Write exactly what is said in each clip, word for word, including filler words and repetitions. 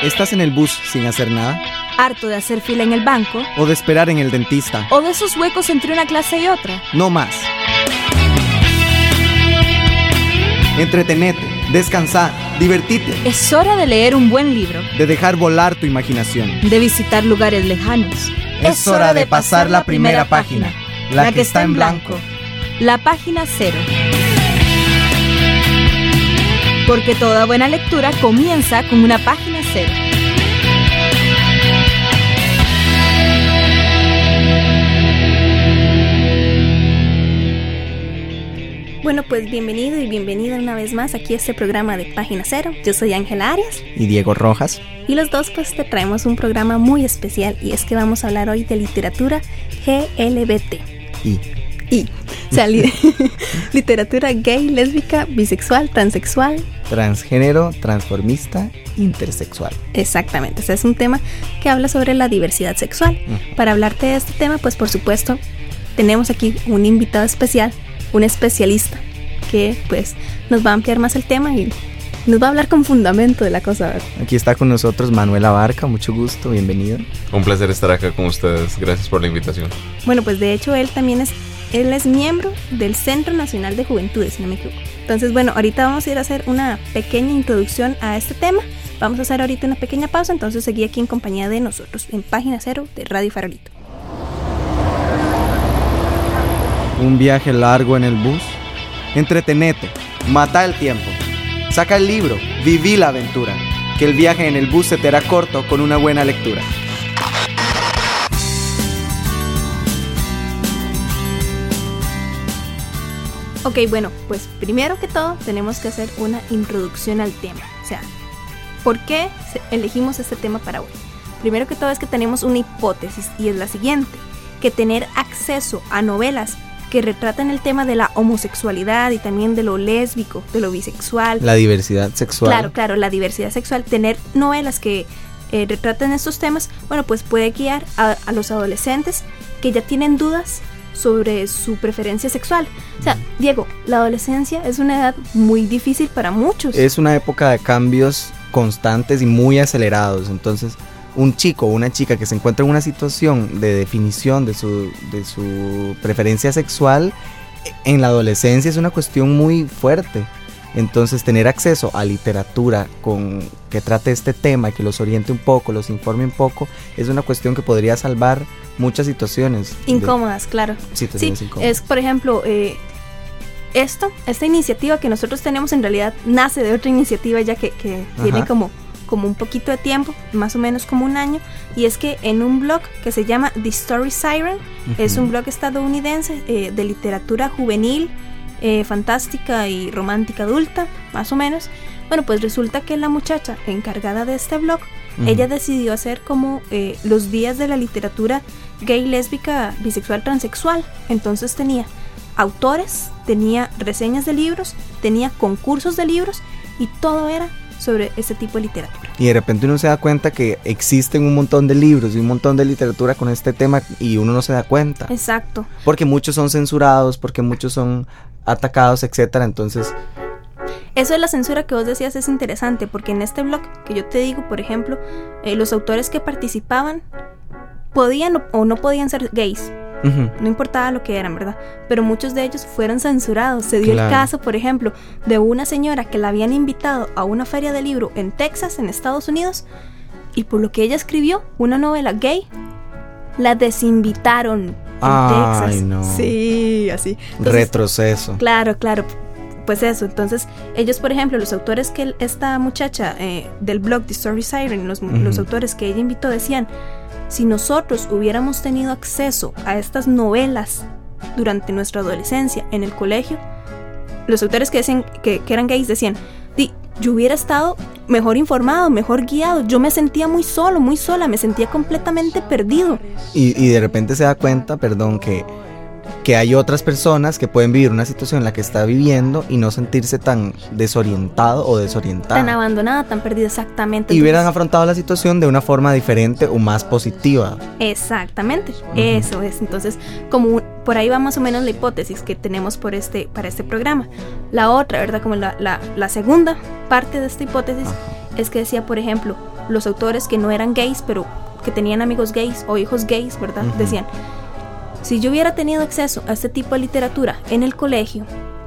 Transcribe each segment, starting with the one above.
¿Estás en el bus sin hacer nada? ¿Harto de hacer fila en el banco? ¿O de esperar en el dentista? ¿O de esos huecos entre una clase y otra? No más. Entretenete, descansar, divertite. Es hora de leer un buen libro. De dejar volar tu imaginación. De visitar lugares lejanos. Es, es hora de pasar la primera página, la, la que, que está en blanco. blanco. La página cero. Porque toda buena lectura comienza con una página cero. Bueno, pues bienvenido y bienvenida una vez más aquí a este programa de Página Cero. Yo soy Ángela Arias. Y Diego Rojas. Y los dos pues te traemos un programa muy especial y es que vamos a hablar hoy de literatura G L B T. Y. Y. O sea, li- literatura gay, lésbica, bisexual, transexual. Transgénero, transformista, intersexual. Exactamente, o sea, es un tema que habla sobre la diversidad sexual. Uh-huh. Para hablarte de este tema, pues por supuesto, tenemos aquí un invitado especial, un especialista que pues nos va a ampliar más el tema y nos va a hablar con fundamento de la cosa, ¿verdad? Aquí está con nosotros Manuel Abarca, mucho gusto, bienvenido. Un placer estar acá con ustedes, gracias por la invitación. Bueno, pues de hecho él también es, él es miembro del Centro Nacional de Juventudes, si no me equivoco. Entonces, bueno, ahorita vamos a ir a hacer una pequeña introducción a este tema. Vamos a hacer ahorita una pequeña pausa, entonces seguí aquí en compañía de nosotros, en Página Cero de Radio Farolito. Un viaje largo en el bus. Entretenete, mata el tiempo. Saca el libro, viví la aventura. Que el viaje en el bus se te hará corto con una buena lectura. Ok, bueno, pues primero que todo tenemos que hacer una introducción al tema. O sea, ¿por qué elegimos este tema para hoy? Primero que todo es que tenemos una hipótesis y es la siguiente, que tener acceso a novelas que retratan el tema de la homosexualidad y también de lo lésbico, de lo bisexual. La diversidad sexual. Claro, claro, la diversidad sexual. Tener novelas que eh, retraten estos temas, bueno, pues puede guiar a, a los adolescentes que ya tienen dudas sobre su preferencia sexual. O sea, Diego, la adolescencia es una edad muy difícil para muchos. Es una época de cambios constantes y muy acelerados. Entonces, un chico o una chica que se encuentra en una situación de definición de su, de su preferencia sexual en la adolescencia es una cuestión muy fuerte. Entonces, tener acceso a literatura con, que trate este tema, que los oriente un poco, los informe un poco, es una cuestión que podría salvar muchas situaciones. Incómodas, de, claro. Situaciones sí, incómodas. Es, por ejemplo, eh, esto, esta iniciativa que nosotros tenemos en realidad nace de otra iniciativa ya que, que tiene como, como un poquito de tiempo, más o menos como un año, y es que en un blog que se llama The Story Siren, uh-huh. es un blog estadounidense eh, de literatura juvenil, Eh, fantástica y romántica adulta, más o menos. Bueno, pues resulta que la muchacha encargada de este blog, uh-huh. ella decidió hacer como eh, los días de la literatura gay, lésbica, bisexual, transexual. Entonces tenía autores, tenía reseñas de libros, tenía concursos de libros y todo era sobre este tipo de literatura. Y de repente uno se da cuenta que existen un montón de libros y un montón de literatura con este tema y uno no se da cuenta. Exacto. Porque muchos son censurados, porque muchos son atacados, etcétera. Entonces, eso de la censura que vos decías es interesante, porque en este blog que yo te digo, por ejemplo, eh, los autores que participaban podían o, o no podían ser gays. Uh-huh. No importaba lo que eran, ¿verdad? Pero muchos de ellos fueron censurados. Se dio claro. el caso, por ejemplo, de una señora que la habían invitado a una feria de libro en Texas, en Estados Unidos, y por lo que ella escribió, una novela gay, la desinvitaron en Ay, Texas. No. Sí, así. Entonces, retroceso. Claro, claro. Pues eso, entonces ellos, por ejemplo, los autores que esta muchacha eh, del blog The Story Siren, los, uh-huh. los autores que ella invitó decían, si nosotros hubiéramos tenido acceso a estas novelas durante nuestra adolescencia en el colegio, los autores que decían que, que eran gays decían, Di, yo hubiera estado mejor informado, mejor guiado, yo me sentía muy solo, muy sola, me sentía completamente perdido. Y, y de repente se da cuenta, perdón, que que hay otras personas que pueden vivir una situación en la que está viviendo y no sentirse tan desorientado o desorientada. Tan abandonada, tan perdida, exactamente. Y hubieran afrontado la situación de una forma diferente o más positiva. Exactamente, uh-huh. Eso es. Entonces, como por ahí va más o menos la hipótesis que tenemos por este, para este programa. La otra, ¿verdad? Como la, la, la segunda parte de esta hipótesis uh-huh. es que decía, por ejemplo, los autores que no eran gays, pero que tenían amigos gays o hijos gays, ¿verdad? Uh-huh. Decían, si yo hubiera tenido acceso a este tipo de literatura en el colegio,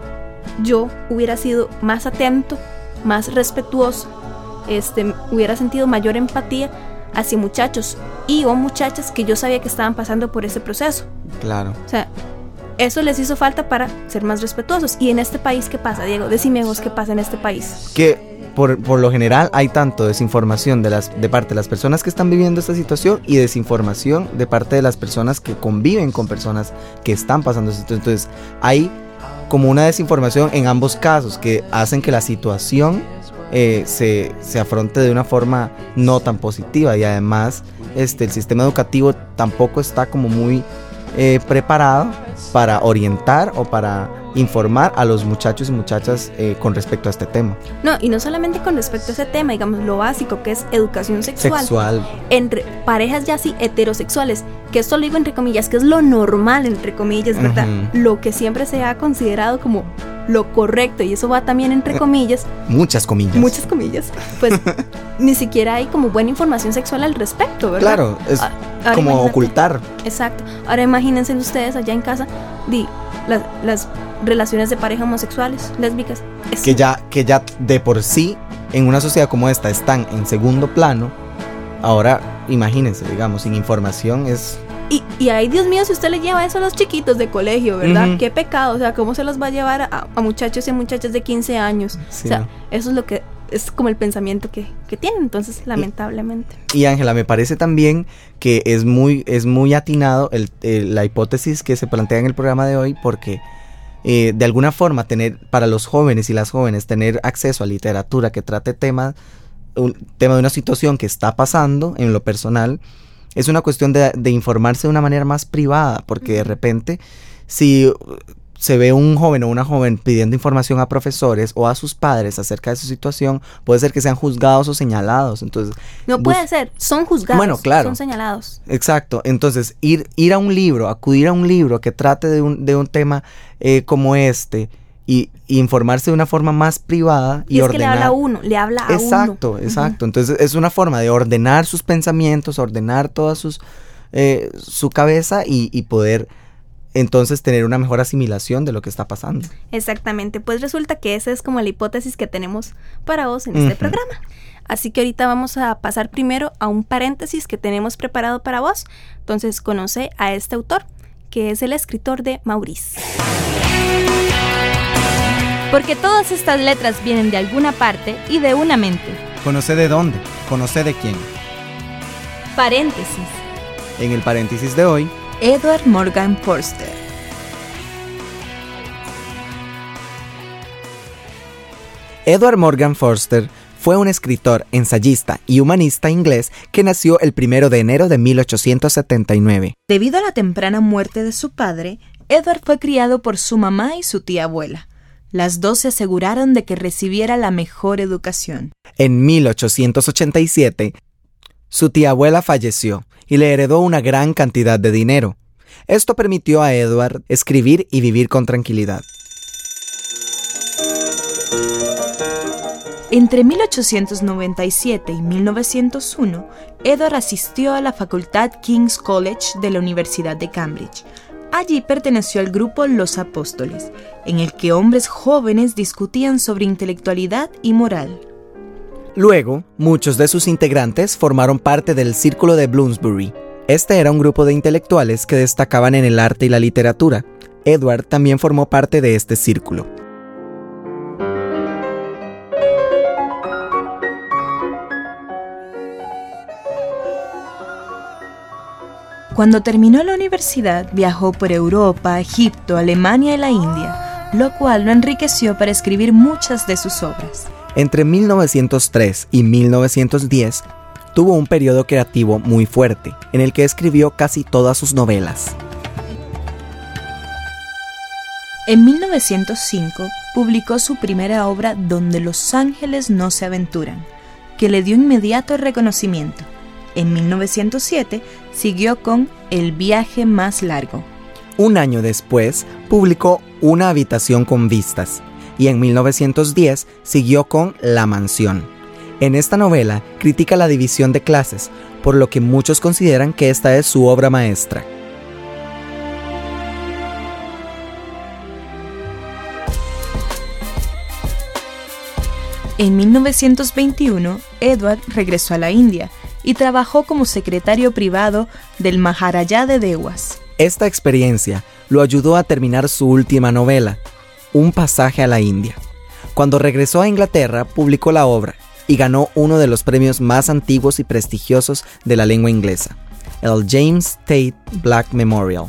yo hubiera sido más atento, más respetuoso, este, hubiera sentido mayor empatía hacia muchachos y o muchachas que yo sabía que estaban pasando por ese proceso. Claro. O sea, eso les hizo falta para ser más respetuosos. ¿Y en este país qué pasa, Diego? Decime vos qué pasa en este país. Que por, por lo general hay tanto desinformación de, las, de parte de las personas que están viviendo esta situación y desinformación de parte de las personas que conviven con personas que están pasando esto. Entonces hay como una desinformación en ambos casos que hacen que la situación eh, se, se afronte de una forma no tan positiva, y además este, el sistema educativo tampoco está como muy eh, preparado para orientar o para informar a los muchachos y muchachas eh, con respecto a este tema. No, y no solamente con respecto a ese tema, digamos lo básico que es educación sexual, sexual. Entre parejas ya así heterosexuales, que esto lo digo entre comillas, que es lo normal entre comillas, ¿verdad? Uh-huh. Lo que siempre se ha considerado como lo correcto, y eso va también entre comillas. Muchas comillas. Muchas comillas. Pues ni siquiera hay como buena información sexual al respecto, ¿verdad? Claro, es ahora como ocultar. Exacto. Ahora imagínense ustedes allá en casa, di, las, las relaciones de pareja homosexuales, lésbicas. Es que ya, que ya de por sí en una sociedad como esta están en segundo plano. Ahora imagínense, digamos, sin información es... Y, y ay, Dios mío, si usted le lleva eso a los chiquitos de colegio, ¿verdad? Uh-huh. Qué pecado, o sea, ¿cómo se los va a llevar a, a muchachos y a muchachas de quince años? Sí. O sea, eso es lo que es como el pensamiento que, que tienen, entonces, lamentablemente. Y Ángela, me parece también que es muy, es muy atinado el, el, la hipótesis que se plantea en el programa de hoy, porque eh, de alguna forma tener, para los jóvenes y las jóvenes, tener acceso a literatura que trate temas, un tema de una situación que está pasando en lo personal, es una cuestión de, de informarse de una manera más privada, porque de repente si se ve un joven o una joven pidiendo información a profesores o a sus padres acerca de su situación, puede ser que sean juzgados o señalados. Entonces, no puede bus- ser, son juzgados, bueno, claro, son señalados. Exacto, entonces ir, ir a un libro, acudir a un libro que trate de un, de un tema eh, como este, y, y informarse de una forma más privada y, y es ordenar. Que le habla a uno, le habla a exacto, uno. Exacto, exacto. Uh-huh. Entonces es una forma de ordenar sus pensamientos, ordenar todas sus eh, su cabeza y, y poder entonces tener una mejor asimilación de lo que está pasando. Exactamente, pues resulta que esa es como la hipótesis que tenemos para vos en este uh-huh. programa. Así que ahorita vamos a pasar primero a un paréntesis que tenemos preparado para vos. Entonces conoce a este autor, que es el escritor de Maurice. Porque todas estas letras vienen de alguna parte y de una mente. Conoce de dónde, conoce de quién. Paréntesis. En el paréntesis de hoy, Edward Morgan Forster. Edward Morgan Forster fue un escritor, ensayista y humanista inglés que nació el primero de enero de mil ochocientos setenta y nueve. Debido a la temprana muerte de su padre, Edward fue criado por su mamá y su tía abuela. Las dos se aseguraron de que recibiera la mejor educación. En mil ochocientos ochenta y siete, su tía abuela falleció y le heredó una gran cantidad de dinero. Esto permitió a Edward escribir y vivir con tranquilidad. Entre mil ochocientos noventa y siete y mil novecientos uno, Edward asistió a la facultad King's College de la Universidad de Cambridge. Allí perteneció al grupo Los Apóstoles, en el que hombres jóvenes discutían sobre intelectualidad y moral. Luego, muchos de sus integrantes formaron parte del Círculo de Bloomsbury. Este era un grupo de intelectuales que destacaban en el arte y la literatura. Edward también formó parte de este círculo. Cuando terminó la universidad, viajó por Europa, Egipto, Alemania y la India, lo cual lo enriqueció para escribir muchas de sus obras. Entre mil novecientos tres y mil novecientos diez, tuvo un periodo creativo muy fuerte, en el que escribió casi todas sus novelas. En mil novecientos cinco, publicó su primera obra Donde los ángeles no se aventuran, que le dio inmediato reconocimiento. En mil novecientos siete, siguió con El viaje más largo. Un año después, publicó Una habitación con vistas, y en mil novecientos diez siguió con La mansión. En esta novela critica la división de clases, por lo que muchos consideran que esta es su obra maestra. En mil novecientos veintiuno, Edward regresó a la India y trabajó como secretario privado del Maharaja de Dewas. Esta experiencia lo ayudó a terminar su última novela, Un pasaje a la India. Cuando regresó a Inglaterra, publicó la obra y ganó uno de los premios más antiguos y prestigiosos de la lengua inglesa, el James Tate Black Memorial.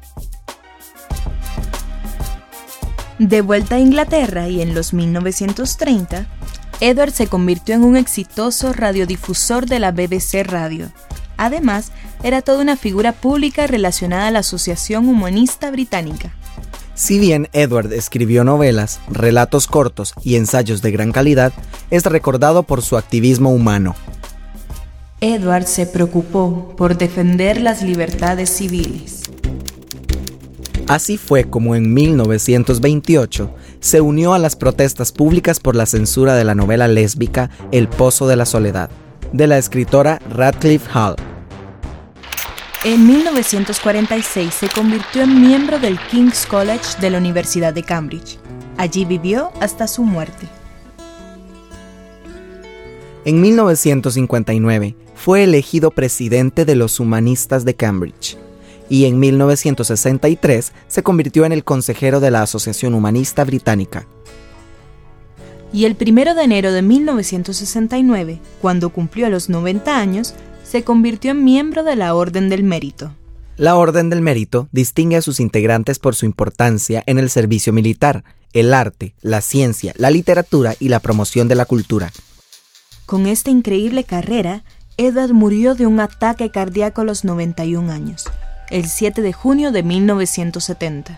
De vuelta a Inglaterra y en los mil novecientos treinta, Edward se convirtió en un exitoso radiodifusor de la B B C Radio. Además, era toda una figura pública relacionada a la Asociación Humanista Británica. Si bien Edward escribió novelas, relatos cortos y ensayos de gran calidad, es recordado por su activismo humano. Edward se preocupó por defender las libertades civiles. Así fue como en mil novecientos veintiocho se unió a las protestas públicas por la censura de la novela lésbica El Pozo de la Soledad, de la escritora Radcliffe Hall. En mil novecientos cuarenta y seis se convirtió en miembro del King's College de la Universidad de Cambridge. Allí vivió hasta su muerte. En mil novecientos cincuenta y nueve fue elegido presidente de los Humanistas de Cambridge y en mil novecientos sesenta y tres se convirtió en el consejero de la Asociación Humanista Británica. Y el primero de enero de mil novecientos sesenta y nueve, cuando cumplió los noventa años, se convirtió en miembro de la Orden del Mérito. La Orden del Mérito distingue a sus integrantes por su importancia en el servicio militar, el arte, la ciencia, la literatura y la promoción de la cultura. Con esta increíble carrera, Edward murió de un ataque cardíaco a los noventa y un años, el siete de junio de mil novecientos setenta.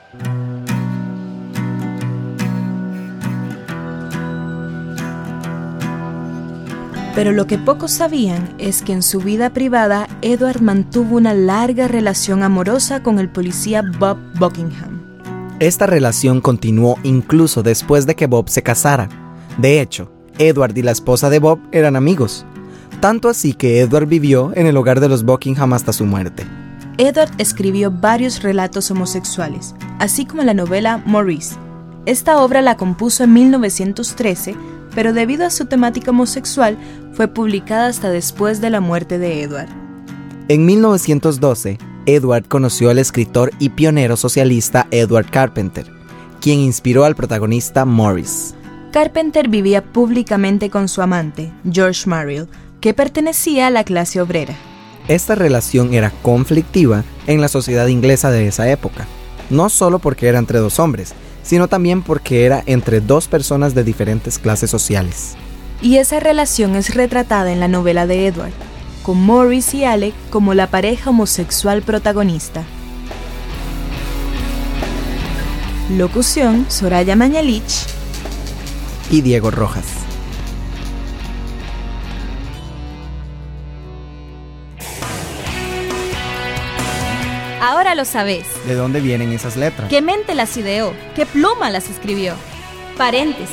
Pero lo que pocos sabían es que en su vida privada, Edward mantuvo una larga relación amorosa con el policía Bob Buckingham. Esta relación continuó incluso después de que Bob se casara. De hecho, Edward y la esposa de Bob eran amigos. Tanto así que Edward vivió en el hogar de los Buckingham hasta su muerte. Edward escribió varios relatos homosexuales, así como la novela Maurice. Esta obra la compuso en mil novecientos trece, pero debido a su temática homosexual, fue publicada hasta después de la muerte de Edward. En mil novecientos doce, Edward conoció al escritor y pionero socialista Edward Carpenter, quien inspiró al protagonista Maurice. Carpenter vivía públicamente con su amante, George Marriott, que pertenecía a la clase obrera. Esta relación era conflictiva en la sociedad inglesa de esa época, no solo porque era entre dos hombres, sino también porque era entre dos personas de diferentes clases sociales. Y esa relación es retratada en la novela de Edward, con Maurice y Alec como la pareja homosexual protagonista. Locución: Soraya Mañalich y Diego Rojas. Ahora lo sabes. ¿De dónde vienen esas letras? ¿Qué mente las ideó? ¿Qué pluma las escribió? Paréntesis.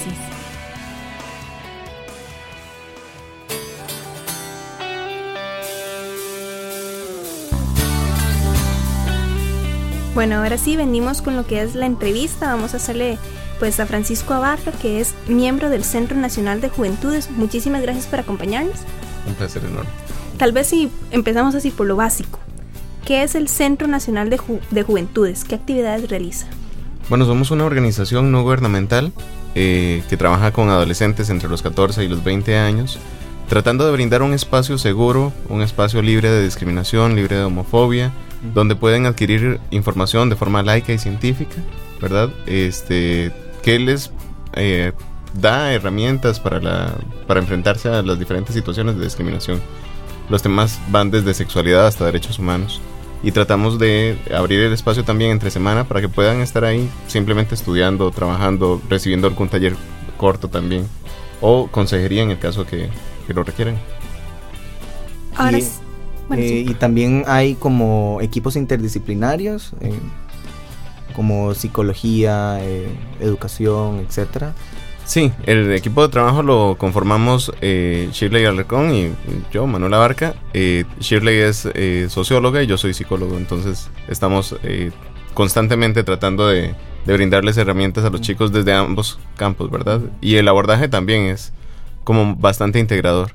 Bueno, ahora sí, venimos con lo que es la entrevista. Vamos a hacerle pues a Francisco Abarca, que es miembro del Centro Nacional de Juventudes. Muchísimas gracias por acompañarnos. Un placer enorme. Tal vez si empezamos así por lo básico. ¿Qué es el Centro Nacional de, Ju- de Juventudes? ¿Qué actividades realiza? Bueno, somos una organización no gubernamental eh, que trabaja con adolescentes entre los catorce y los veinte años, tratando de brindar un espacio seguro, un espacio libre de discriminación, libre de homofobia, uh-huh. donde pueden adquirir información de forma laica y científica, ¿verdad? Este, que les eh, da herramientas para, la, para enfrentarse a las diferentes situaciones de discriminación. Los temas van desde sexualidad hasta derechos humanos. Y tratamos de abrir el espacio también entre semana para que puedan estar ahí simplemente estudiando, trabajando, recibiendo algún taller corto también, o consejería en el caso que, que lo requieran. Ahora y, sí. Bueno, eh, sí. y también hay como equipos interdisciplinarios, eh, como psicología, eh, educación, etcétera. Sí, el equipo de trabajo lo conformamos eh, Shirley Alarcón y yo, Manuel Abarca. Eh, Shirley es eh, socióloga y yo soy psicólogo, entonces estamos eh, constantemente tratando de, de brindarles herramientas a los chicos desde ambos campos, ¿verdad? Y el abordaje también es como bastante integrador.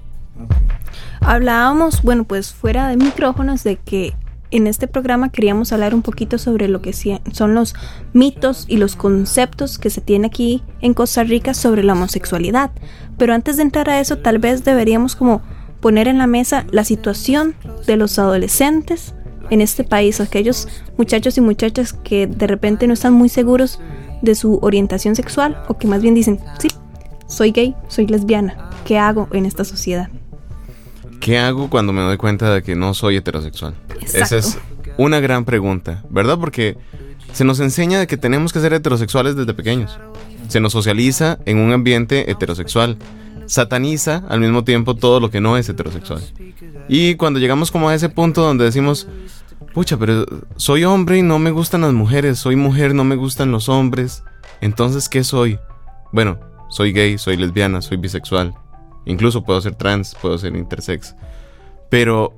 Hablábamos, bueno, pues fuera de micrófonos, de que en este programa queríamos hablar un poquito sobre lo que son los mitos y los conceptos que se tiene aquí en Costa Rica sobre la homosexualidad. Pero antes de entrar a eso, tal vez deberíamos como poner en la mesa la situación de los adolescentes en este país, aquellos muchachos y muchachas que de repente no están muy seguros de su orientación sexual, o que más bien dicen, sí, soy gay, soy lesbiana, ¿qué hago en esta sociedad? ¿Qué hago cuando me doy cuenta de que no soy heterosexual? Exacto. Esa es una gran pregunta, ¿verdad? Porque se nos enseña de que tenemos que ser heterosexuales desde pequeños. Se nos socializa en un ambiente heterosexual. Sataniza al mismo tiempo todo lo que no es heterosexual. Y cuando llegamos como a ese punto donde decimos, pucha, pero soy hombre y no me gustan las mujeres, soy mujer, no me gustan los hombres, entonces, ¿qué soy? Bueno, soy gay, soy lesbiana, soy bisexual. Incluso puedo ser trans, puedo ser intersex. Pero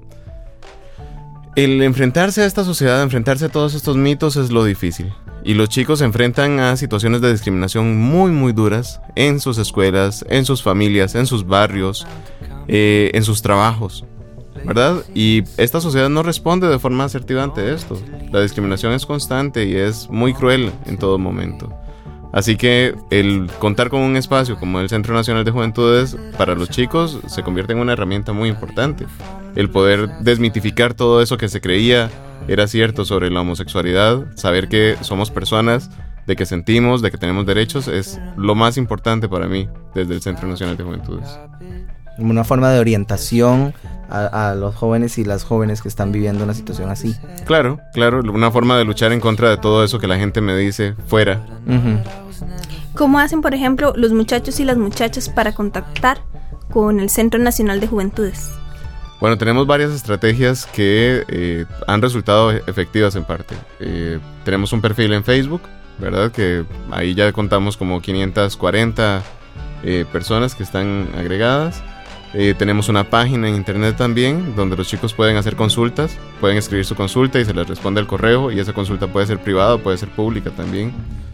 el enfrentarse a esta sociedad, enfrentarse a todos estos mitos es lo difícil. Y los chicos se enfrentan a situaciones de discriminación muy muy duras en sus escuelas, en sus familias, en sus barrios, eh, en sus trabajos, ¿verdad? Y esta sociedad no responde de forma asertiva ante esto. La discriminación es constante y es muy cruel en todo momento. Así que el contar con un espacio como el Centro Nacional de Juventudes para los chicos se convierte en una herramienta muy importante. El poder desmitificar todo eso que se creía era cierto sobre la homosexualidad, saber que somos personas, de que sentimos, de que tenemos derechos, es lo más importante para mí desde el Centro Nacional de Juventudes. Una forma de orientación a, a los jóvenes y las jóvenes que están viviendo una situación así. Claro, claro, una forma de luchar en contra de todo eso que la gente me dice fuera. Uh-huh. ¿Cómo hacen, por ejemplo, los muchachos y las muchachas para contactar con el Centro Nacional de Juventudes? Bueno, tenemos varias estrategias que eh, han resultado efectivas en parte. Eh, tenemos un perfil en Facebook, ¿verdad? Que ahí ya contamos como quinientas cuarenta eh, personas que están agregadas. Eh, tenemos una página en internet también donde los chicos pueden hacer consultas, pueden escribir su consulta y se les responde el correo, y esa consulta puede ser privada o puede ser pública también.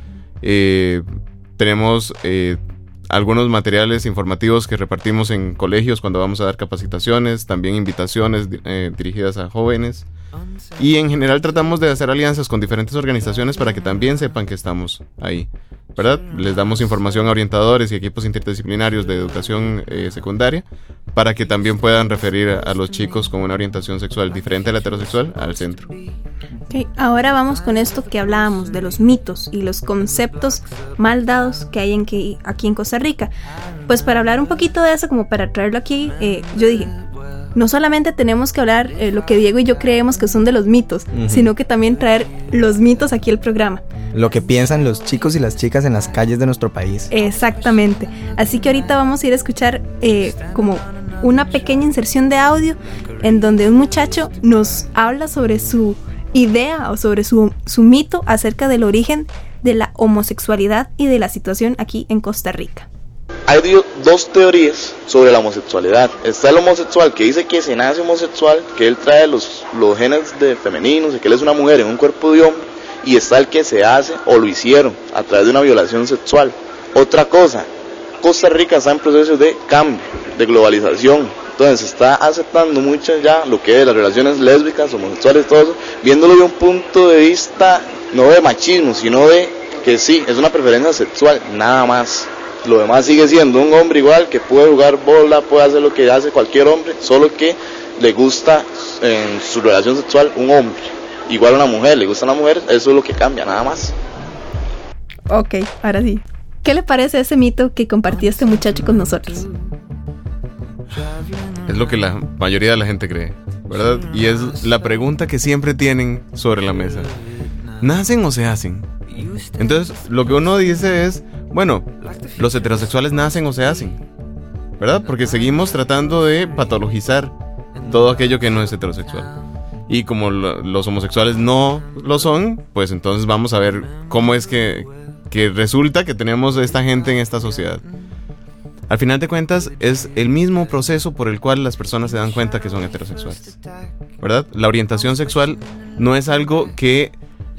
Eh, tenemos eh, algunos materiales informativos que repartimos en colegios cuando vamos a dar capacitaciones, también invitaciones eh, dirigidas a jóvenes, y en general tratamos de hacer alianzas con diferentes organizaciones para que también sepan que estamos ahí, ¿verdad? Les damos información a orientadores y equipos interdisciplinarios de educación eh, secundaria para que también puedan referir a, a los chicos con una orientación sexual diferente a la heterosexual al centro. Okay, ahora vamos con esto que hablábamos de los mitos y los conceptos mal dados que hay en que, aquí en Costa Rica. Pues para hablar un poquito de eso, como para traerlo aquí, eh, yo dije, no solamente tenemos que hablar eh, lo que Diego y yo creemos que son de los mitos, uh-huh, sino que también traer los mitos aquí al programa. Lo que piensan los chicos y las chicas en las calles de nuestro país. Exactamente. Así que ahorita vamos a ir a escuchar eh, como una pequeña inserción de audio en donde un muchacho nos habla sobre su idea o sobre su, su mito acerca del origen de la homosexualidad y de la situación aquí en Costa Rica. Hay dos teorías sobre la homosexualidad. Está el homosexual que dice que se nace homosexual, que él trae los, los genes de femeninos y que él es una mujer en un cuerpo de hombre, y está el que se hace o lo hicieron a través de una violación sexual. Otra cosa, Costa Rica está en proceso de cambio, de globalización, entonces se está aceptando mucho ya lo que es las relaciones lésbicas, homosexuales, todo eso, viéndolo de un punto de vista no de machismo, sino de que sí, es una preferencia sexual, nada más. Lo demás sigue siendo un hombre igual que puede jugar bola, puede hacer lo que hace cualquier hombre, solo que le gusta en su relación sexual un hombre. Igual a una mujer, le gusta a una mujer, eso es lo que cambia, nada más. Ok, ahora sí. ¿Qué le parece ese mito que compartió este muchacho con nosotros? Es lo que la mayoría de la gente cree, ¿verdad? Y es la pregunta que siempre tienen sobre la mesa. ¿Nacen o se hacen? Entonces, lo que uno dice es, bueno, los heterosexuales nacen o se hacen, ¿verdad? Porque seguimos tratando de patologizar todo aquello que no es heterosexual. Y como lo, los homosexuales no lo son, pues entonces vamos a ver cómo es que que resulta que tenemos esta gente en esta sociedad. Al final de cuentas, es el mismo proceso por el cual las personas se dan cuenta que son heterosexuales, ¿verdad? La orientación sexual no es algo que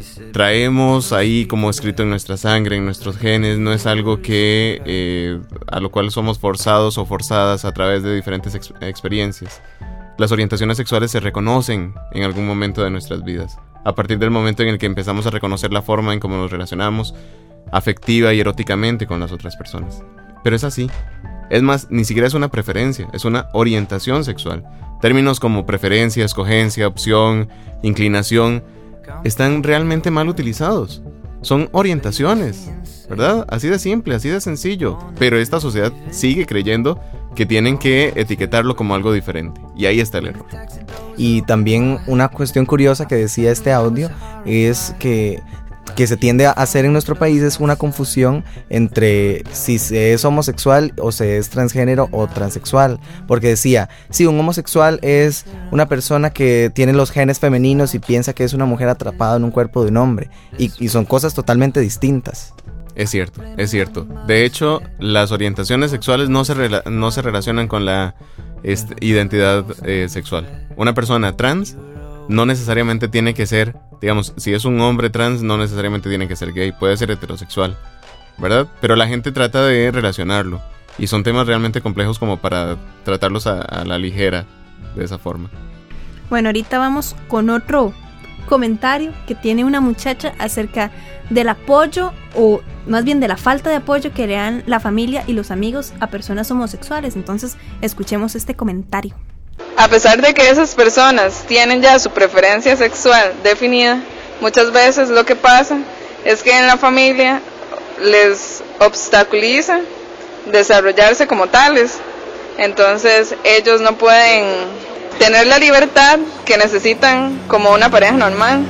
traemos ahí como escrito en nuestra sangre, en nuestros genes, no es algo que eh, a lo cual somos forzados o forzadas a través de diferentes ex- experiencias. Las orientaciones sexuales se reconocen en algún momento de nuestras vidas, a partir del momento en el que empezamos a reconocer la forma en cómo nos relacionamos afectiva y eróticamente con las otras personas. Pero es así. Es más, ni siquiera es una preferencia, es una orientación sexual. Términos como preferencia, escogencia, opción, inclinación están realmente mal utilizados. Son orientaciones, ¿verdad? Así de simple, así de sencillo. Pero esta sociedad sigue creyendo que tienen que etiquetarlo como algo diferente. Y ahí está el error. Y también una cuestión curiosa que decía este audio es que, que se tiende a hacer en nuestro país es una confusión entre si se es homosexual o se es transgénero o transexual. Porque decía, sí, un homosexual es una persona que tiene los genes femeninos y piensa que es una mujer atrapada en un cuerpo de un hombre. Y, y son cosas totalmente distintas. Es cierto, es cierto. De hecho, las orientaciones sexuales no se, rela- no se relacionan con la este, identidad eh, sexual. Una persona trans no necesariamente tiene que ser, digamos, si es un hombre trans, no necesariamente tiene que ser gay, puede ser heterosexual, ¿verdad? Pero la gente trata de relacionarlo. Y son temas realmente complejos como para tratarlos a, a la ligera, de esa forma. Bueno, ahorita vamos con otro comentario que tiene una muchacha acerca del apoyo, o más bien de la falta de apoyo que le dan la familia y los amigos a personas homosexuales. Entonces, escuchemos este comentario. A pesar de que esas personas tienen ya su preferencia sexual definida, muchas veces lo que pasa es que en la familia les obstaculiza desarrollarse como tales. Entonces ellos no pueden tener la libertad que necesitan como una pareja normal.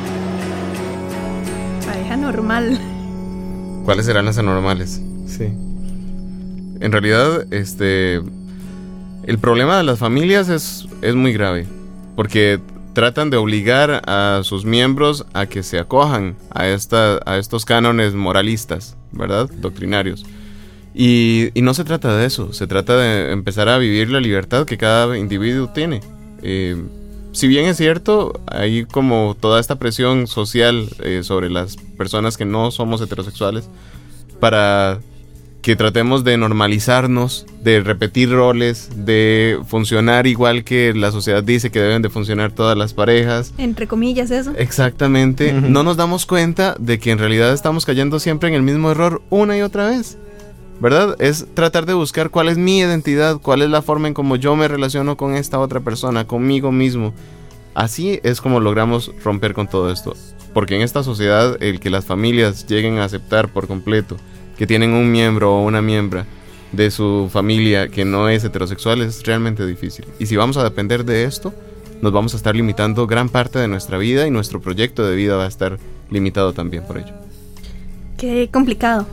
Pareja normal. ¿Cuáles serán las anormales? Sí. En realidad, este... el problema de las familias es, es muy grave, porque tratan de obligar a sus miembros a que se acojan a, esta, a estos cánones moralistas, ¿verdad? Doctrinarios. Y, y no se trata de eso, se trata de empezar a vivir la libertad que cada individuo tiene. Eh, si bien es cierto, hay como toda esta presión social eh, sobre las personas que no somos heterosexuales para que tratemos de normalizarnos, de repetir roles, de funcionar igual que la sociedad dice que deben de funcionar todas las parejas. Entre comillas eso. Exactamente. Uh-huh. No nos damos cuenta de que en realidad estamos cayendo siempre en el mismo error una y otra vez, ¿verdad? Es tratar de buscar cuál es mi identidad, cuál es la forma en cómo yo me relaciono con esta otra persona, conmigo mismo. Así es como logramos romper con todo esto. Porque en esta sociedad, el que las familias lleguen a aceptar por completo que tienen un miembro o una miembra de su familia que no es heterosexual es realmente difícil. Y si vamos a depender de esto, nos vamos a estar limitando gran parte de nuestra vida y nuestro proyecto de vida va a estar limitado también por ello. Qué complicado.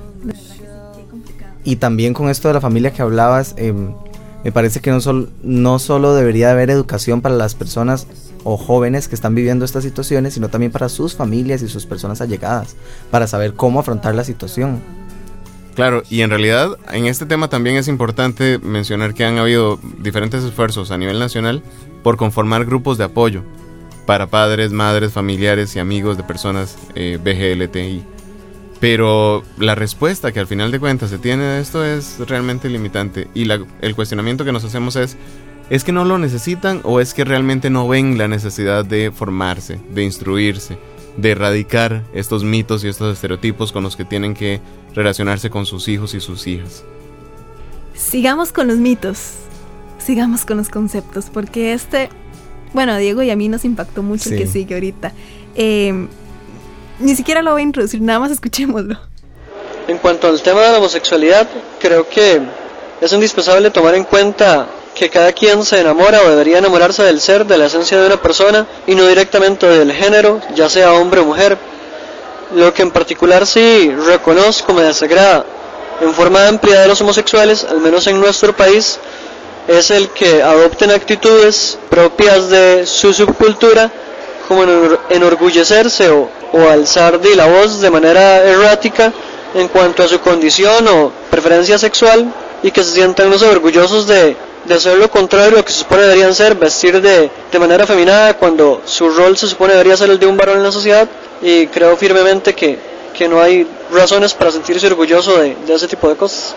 Y también con esto de la familia que hablabas, eh, me parece que no, sol, no solo debería haber educación para las personas o jóvenes que están viviendo estas situaciones, sino también para sus familias y sus personas allegadas, para saber cómo afrontar la situación. Claro, y en realidad en este tema también es importante mencionar que han habido diferentes esfuerzos a nivel nacional por conformar grupos de apoyo para padres, madres, familiares y amigos de personas eh, B G L T I. Pero la respuesta que al final de cuentas se tiene de esto es realmente limitante. Y la, el cuestionamiento que nos hacemos es, ¿es que no lo necesitan o es que realmente no ven la necesidad de formarse, de instruirse, de erradicar estos mitos y estos estereotipos con los que tienen que relacionarse con sus hijos y sus hijas? Sigamos con los mitos, sigamos con los conceptos, porque este, bueno, a Diego y a mí nos impactó mucho, sí, el que sigue ahorita. Eh, ni siquiera lo voy a introducir, nada más escuchémoslo. En cuanto al tema de la homosexualidad, creo que es indispensable tomar en cuenta que cada quien se enamora o debería enamorarse del ser, de la esencia de una persona y no directamente del género, ya sea hombre o mujer. Lo que en particular sí reconozco me desagrada en forma amplia de los homosexuales, al menos en nuestro país, es el que adopten actitudes propias de su subcultura, como enorgullecerse o, o alzar de la voz de manera errática en cuanto a su condición o preferencia sexual y que se sientan, no sé, orgullosos de, de hacer lo contrario a lo que se supone deberían ser, vestir de, de manera afeminada cuando su rol se supone debería ser el de un varón en la sociedad. Y creo firmemente que, que no hay razones para sentirse orgulloso de, de ese tipo de cosas.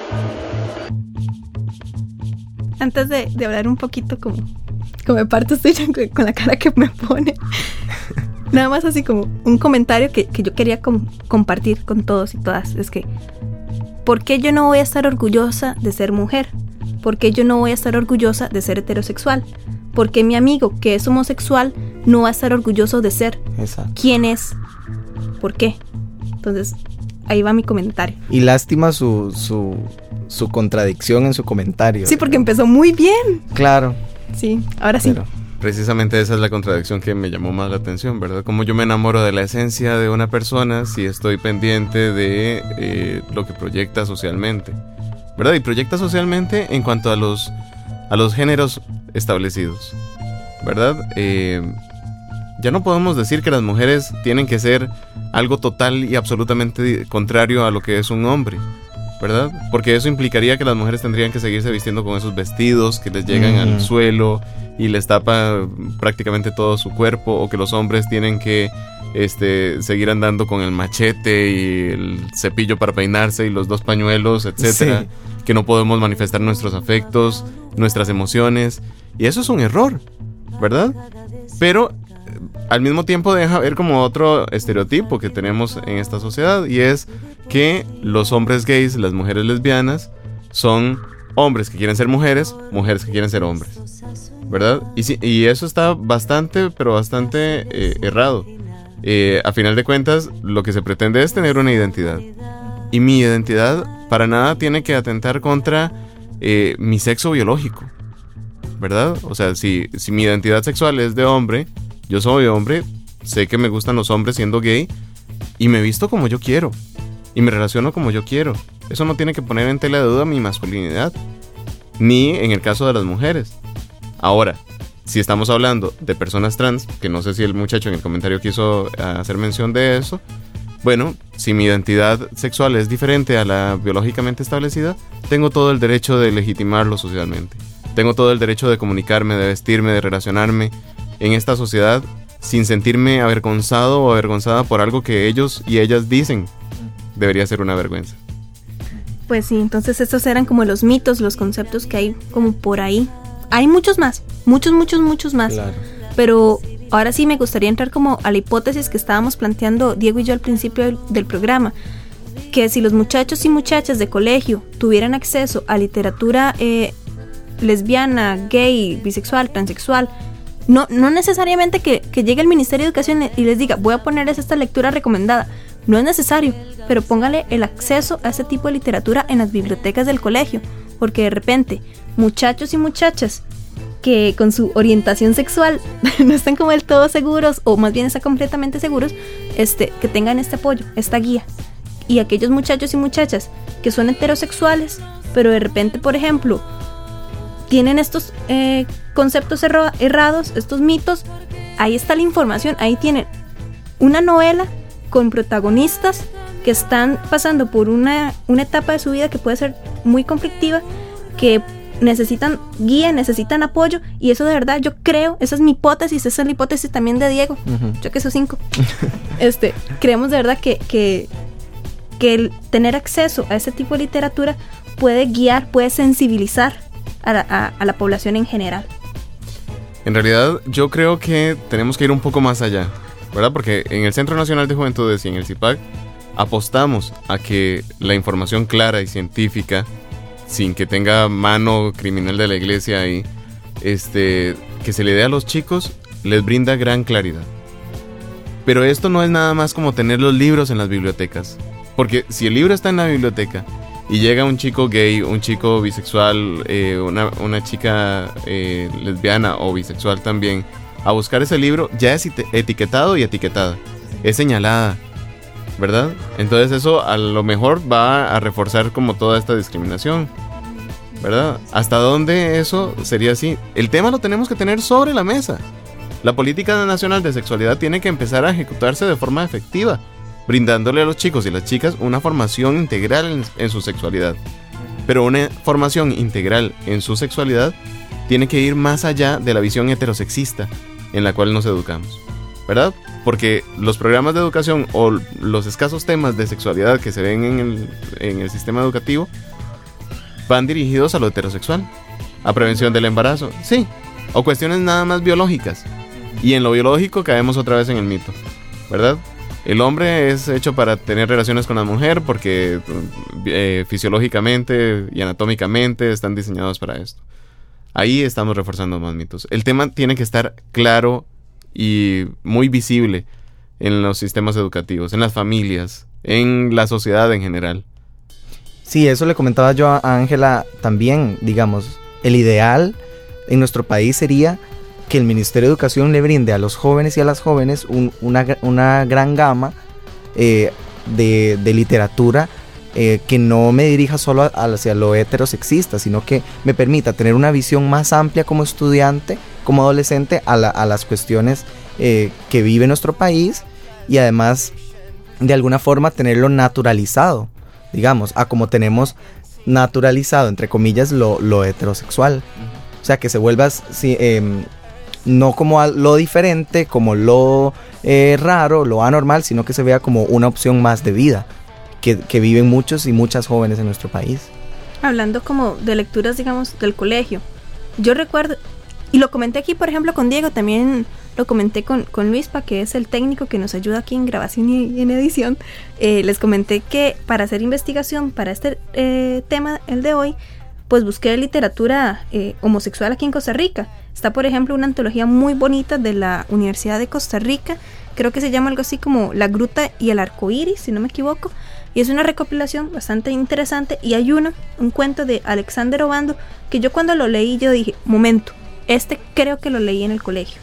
Antes de, de hablar un poquito como, como de parte estoy con, con la cara que me pone, nada más así como un comentario que, que yo quería com- compartir con todos y todas, es que ¿por qué yo no voy a estar orgullosa de ser mujer? ¿Por qué yo no voy a estar orgullosa de ser heterosexual? ¿Por qué mi amigo que es homosexual no va a estar orgulloso de ser? Exacto. ¿Quién es? ¿Por qué? Entonces, ahí va mi comentario. Y lástima su, su, su contradicción en su comentario. Sí, porque empezó muy bien. Claro. Sí, ahora sí. Pero precisamente esa es la contradicción que me llamó más la atención, ¿verdad? Como yo me enamoro de la esencia de una persona si estoy pendiente de eh, lo que proyecta socialmente, ¿verdad? Y proyecta socialmente en cuanto a los, a los géneros establecidos, ¿verdad? Eh, ya no podemos decir que las mujeres tienen que ser algo total y absolutamente contrario a lo que es un hombre, ¿verdad? Porque eso implicaría que las mujeres tendrían que seguirse vistiendo con esos vestidos que les llegan mm. al suelo y les tapa prácticamente todo su cuerpo, o que los hombres tienen que este, seguir andando con el machete y el cepillo para peinarse y los dos pañuelos, etcétera, sí. Que no podemos manifestar nuestros afectos, nuestras emociones, y eso es un error, ¿verdad? Pero al mismo tiempo deja ver como otro estereotipo que tenemos en esta sociedad, y es que los hombres gays, las mujeres lesbianas, son hombres que quieren ser mujeres, mujeres que quieren ser hombres, ¿verdad? Y, sí, y eso está bastante, pero bastante eh, errado. Eh, a final de cuentas, lo que se pretende es tener una identidad. Y mi identidad para nada tiene que atentar contra eh, mi sexo biológico, ¿verdad? O sea, si, si mi identidad sexual es de hombre, yo soy hombre, sé que me gustan los hombres siendo gay, y me visto como yo quiero, y me relaciono como yo quiero. Eso no tiene que poner en tela de duda mi masculinidad, ni en el caso de las mujeres. Ahora, si estamos hablando de personas trans, que no sé si el muchacho en el comentario quiso hacer mención de eso, bueno, si mi identidad sexual es diferente a la biológicamente establecida, tengo todo el derecho de legitimarlo socialmente. Tengo todo el derecho de comunicarme, de vestirme, de relacionarme en esta sociedad sin sentirme avergonzado o avergonzada por algo que ellos y ellas dicen debería ser una vergüenza. Pues sí, entonces estos eran como los mitos, los conceptos que hay como por ahí. Hay muchos más, muchos, muchos, muchos más. Claro. Pero ahora sí me gustaría entrar como a la hipótesis que estábamos planteando Diego y yo al principio del, del programa, que si los muchachos y muchachas de colegio tuvieran acceso a literatura eh, lesbiana, gay, bisexual, transexual, no, no necesariamente que, que llegue el Ministerio de Educación y les diga voy a ponerles esta lectura recomendada, no es necesario, pero póngale el acceso a ese tipo de literatura en las bibliotecas del colegio, porque de repente muchachos y muchachas que con su orientación sexual no están como del todo seguros, o más bien están completamente seguros, este, que tengan este apoyo, esta guía. Y aquellos muchachos y muchachas que son heterosexuales, pero de repente, por ejemplo, tienen estos eh, conceptos erro- errados, estos mitos, ahí está la información, ahí tienen una novela con protagonistas que están pasando por una, una etapa de su vida que puede ser muy conflictiva, que necesitan guía, necesitan apoyo, y eso de verdad yo creo, esa es mi hipótesis, esa es la hipótesis también de Diego, uh-huh. Yo que soy cinco, este, creemos de verdad que, que, que el tener acceso a ese tipo de literatura puede guiar, puede sensibilizar a la, a, a la población en general. En realidad yo creo que tenemos que ir un poco más allá, ¿verdad? Porque en el Centro Nacional de Juventudes y en el C I P A C apostamos a que la información clara y científica, sin que tenga mano criminal de la iglesia ahí, este, que se le dé a los chicos, les brinda gran claridad. Pero esto no es nada más como tener los libros en las bibliotecas, porque si el libro está en la biblioteca y llega un chico gay, un chico bisexual, eh, una, una chica eh, lesbiana o bisexual también, a buscar ese libro, ya es etiquetado y etiquetada, es señalada, ¿verdad? Entonces eso a lo mejor va a reforzar como toda esta discriminación, ¿verdad? ¿Hasta dónde eso sería así? El tema lo tenemos que tener sobre la mesa. La política nacional de sexualidad tiene que empezar a ejecutarse de forma efectiva, brindándole a los chicos y las chicas una formación integral en, en su sexualidad. Pero una formación integral en su sexualidad tiene que ir más allá de la visión heterosexista en la cual nos educamos, ¿verdad? Porque los programas de educación o los escasos temas de sexualidad que se ven en el, en el sistema educativo van dirigidos a lo heterosexual, a prevención del embarazo, sí, o cuestiones nada más biológicas. Y en lo biológico caemos otra vez en el mito, ¿verdad? El hombre es hecho para tener relaciones con la mujer porque eh, fisiológicamente y anatómicamente están diseñados para esto. Ahí estamos reforzando más mitos. El tema tiene que estar claro y muy visible en los sistemas educativos, en las familias, en la sociedad en general. Sí, eso le comentaba yo a Ángela también, digamos, el ideal en nuestro país sería que el Ministerio de Educación le brinde a los jóvenes y a las jóvenes un, una, una gran gama eh, de, de literatura eh, que no me dirija solo hacia lo heterosexista, sino que me permita tener una visión más amplia como estudiante, como adolescente, a, la, a las cuestiones eh, que vive nuestro país y además de alguna forma tenerlo naturalizado, digamos, a como tenemos naturalizado, entre comillas, lo, lo heterosexual. O sea, que se vuelva... Si, eh, no como a lo diferente, como lo eh, raro, lo anormal, sino que se vea como una opción más de vida que, que viven muchos y muchas jóvenes en nuestro país. Hablando como de lecturas, digamos, del colegio, yo recuerdo, y lo comenté aquí, por ejemplo, con Diego, también lo comenté con, con Luispa, que es el técnico que nos ayuda aquí en grabación y en edición. Eh, les comenté que para hacer investigación para este eh, tema, el de hoy, pues busqué literatura eh, homosexual aquí en Costa Rica. Está, por ejemplo, una antología muy bonita de la Universidad de Costa Rica, creo que se llama algo así como La Gruta y el Arco Iris, si no me equivoco, y es una recopilación bastante interesante, y hay uno, un cuento de Alexander Obando, que yo cuando lo leí yo dije, momento, este creo que lo leí en el colegio.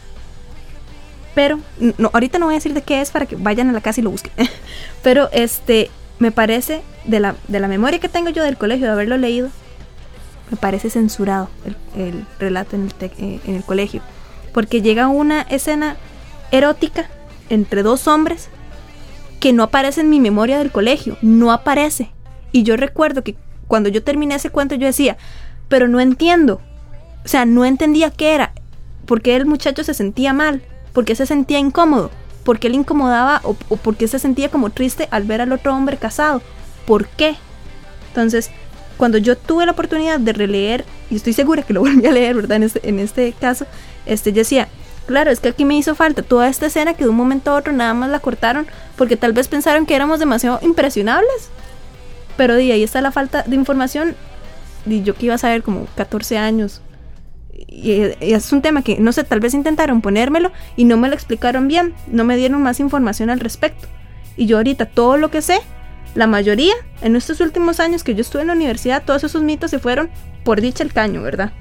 Pero, no, ahorita no voy a decir de qué es para que vayan a la casa y lo busquen, pero este, me parece, de la, de la memoria que tengo yo del colegio, de haberlo leído, me parece censurado el, el relato en el, te, eh, en el colegio, porque llega una escena erótica entre dos hombres que no aparece en mi memoria del colegio, no aparece. Y yo recuerdo que cuando yo terminé ese cuento yo decía, pero no entiendo, o sea, no entendía qué era, por qué el muchacho se sentía mal, por qué se sentía incómodo, por qué le incomodaba o, o por qué se sentía como triste al ver al otro hombre casado, ¿por qué? Entonces, cuando yo tuve la oportunidad de releer, y estoy segura que lo volví a leer, ¿verdad? En este, en este caso, este, yo decía, claro, es que aquí me hizo falta toda esta escena que de un momento a otro nada más la cortaron porque tal vez pensaron que éramos demasiado impresionables. Pero de ahí está la falta de información. Y yo que iba a saber como catorce años. Y, y es un tema que, no sé, tal vez intentaron ponérmelo y no me lo explicaron bien. No me dieron más información al respecto. Y yo ahorita todo lo que sé, la mayoría, en estos últimos años que yo estuve en la universidad, todos esos mitos se fueron por dicha el caño, ¿verdad?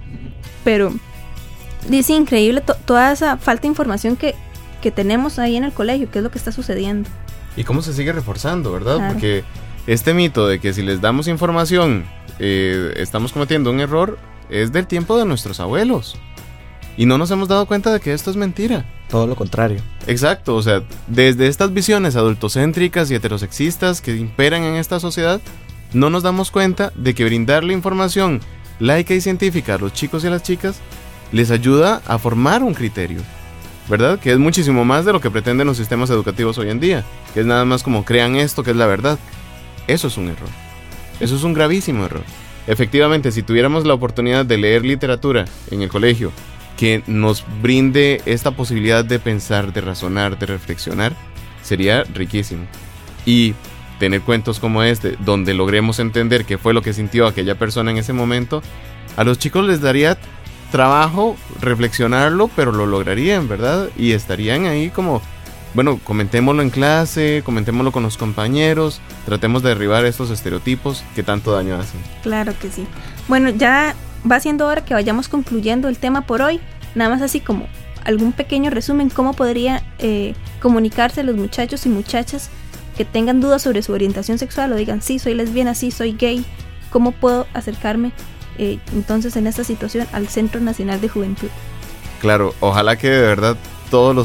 Pero dice increíble to- toda esa falta de información que, que tenemos ahí en el colegio, qué es lo que está sucediendo. Y cómo se sigue reforzando, ¿verdad? Claro. Porque este mito de que si les damos información eh, estamos cometiendo un error es del tiempo de nuestros abuelos. Y no nos hemos dado cuenta de que esto es mentira. Todo lo contrario. Exacto, o sea, desde estas visiones adultocéntricas y heterosexistas que imperan en esta sociedad, no nos damos cuenta de que brindarle información laica y científica a los chicos y a las chicas les ayuda a formar un criterio, ¿verdad? Que es muchísimo más de lo que pretenden los sistemas educativos hoy en día, que es nada más como crean esto que es la verdad. Eso es un error. Eso es un gravísimo error. Efectivamente, si tuviéramos la oportunidad de leer literatura en el colegio que nos brinde esta posibilidad de pensar, de razonar, de reflexionar, sería riquísimo. Y tener cuentos como este, donde logremos entender qué fue lo que sintió aquella persona en ese momento, a los chicos les daría trabajo reflexionarlo, pero lo lograrían, ¿verdad? Y estarían ahí como, bueno, comentémoslo en clase, comentémoslo con los compañeros, tratemos de derribar estos estereotipos que tanto daño hacen. Claro que sí. Bueno, ya va siendo hora que vayamos concluyendo el tema por hoy. Nada más así como algún pequeño resumen, cómo podría eh, comunicarse los muchachos y muchachas que tengan dudas sobre su orientación sexual o digan, sí, soy lesbiana, sí, soy gay. ¿Cómo puedo acercarme eh, entonces en esta situación al Centro Nacional de Juventud? Claro, ojalá que de verdad todos los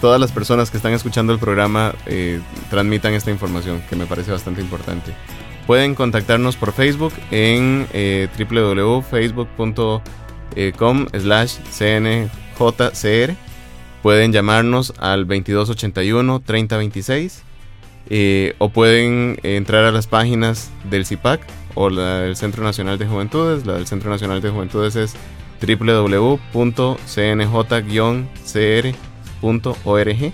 todas las personas que están escuchando el programa eh, transmitan esta información, que me parece bastante importante. Pueden contactarnos por Facebook en eh, w w w punto facebook punto com slash c n j c r. Pueden llamarnos al veintidós ochenta y uno treinta veintiséis eh, o pueden entrar a las páginas del C I P A C o la del Centro Nacional de Juventudes. La del Centro Nacional de Juventudes es w w w punto c n j guion c r punto org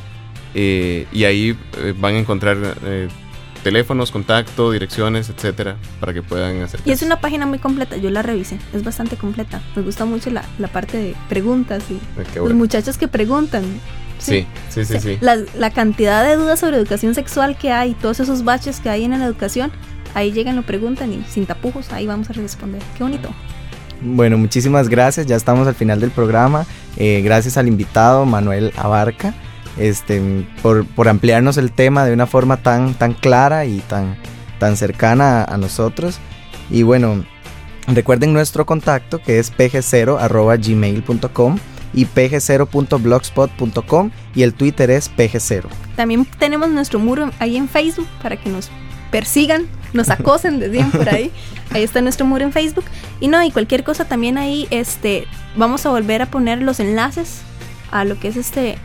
eh, y ahí eh, van a encontrar eh, teléfonos, contacto, direcciones, etcétera, para que puedan acercarse. Y es una página muy completa, yo la revisé, es bastante completa. Me gusta mucho la, la parte de preguntas y bueno. Los muchachos que preguntan. Sí, sí, sí, sí. sí. La, la cantidad de dudas sobre educación sexual que hay, todos esos baches que hay en la educación, ahí llegan, lo preguntan y sin tapujos, ahí vamos a responder. Qué bonito. Bueno, muchísimas gracias, ya estamos al final del programa. Eh, gracias al invitado Manuel Abarca. Este, por, por ampliarnos el tema de una forma tan, tan clara y tan, tan cercana a, a nosotros. Y bueno, recuerden nuestro contacto, que es p g cero arroba gmail punto com y p g cero punto blogspot punto com, y el Twitter es p g cero. También tenemos nuestro muro ahí en Facebook para que nos persigan, nos acosen, decían por ahí. Ahí está nuestro muro en Facebook. Y no, y cualquier cosa también ahí, este, vamos a volver a poner los enlaces a lo que es este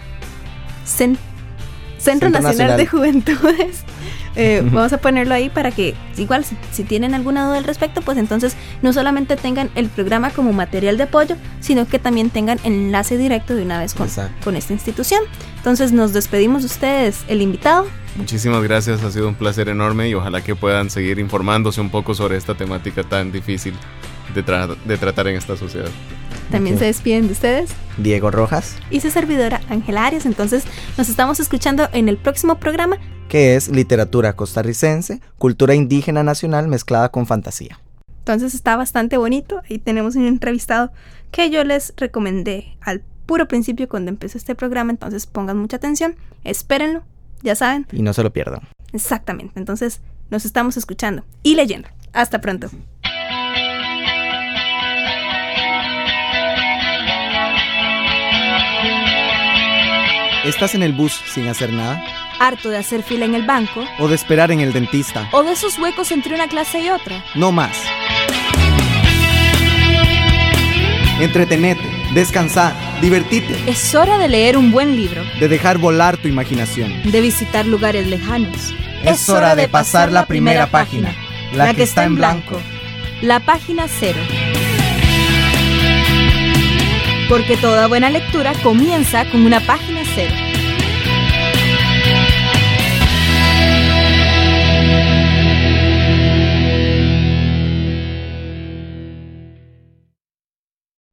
Cent- Centro, Centro Nacional, Nacional de Juventudes. Eh, vamos a ponerlo ahí para que igual si, si tienen alguna duda al respecto, pues entonces no solamente tengan el programa como material de apoyo, sino que también tengan enlace directo de una vez con, con esta institución. Entonces nos despedimos de ustedes, el invitado. Muchísimas gracias, ha sido un placer enorme y ojalá que puedan seguir informándose un poco sobre esta temática tan difícil de, tra- de tratar en esta sociedad. También okay. Se despiden de ustedes Diego Rojas y su servidora Ángela Arias. Entonces nos estamos escuchando en el próximo programa, que es Literatura Costarricense, Cultura Indígena Nacional mezclada con fantasía. Entonces está bastante bonito. Ahí tenemos un entrevistado que yo les recomendé al puro principio cuando empezó este programa. Entonces pongan mucha atención, espérenlo, ya saben. Y no se lo pierdan. Exactamente, entonces nos estamos escuchando y leyendo. Hasta pronto. ¿Estás en el bus sin hacer nada? ¿Harto de hacer fila en el banco? ¿O de esperar en el dentista? ¿O de esos huecos entre una clase y otra? No más. Entretenete, descansar, divertite. Es hora de leer un buen libro. De dejar volar tu imaginación. De visitar lugares lejanos. Es, es hora de pasar la primera página, la, la que, que está en blanco. La página cero. Porque toda buena lectura comienza con una página cero.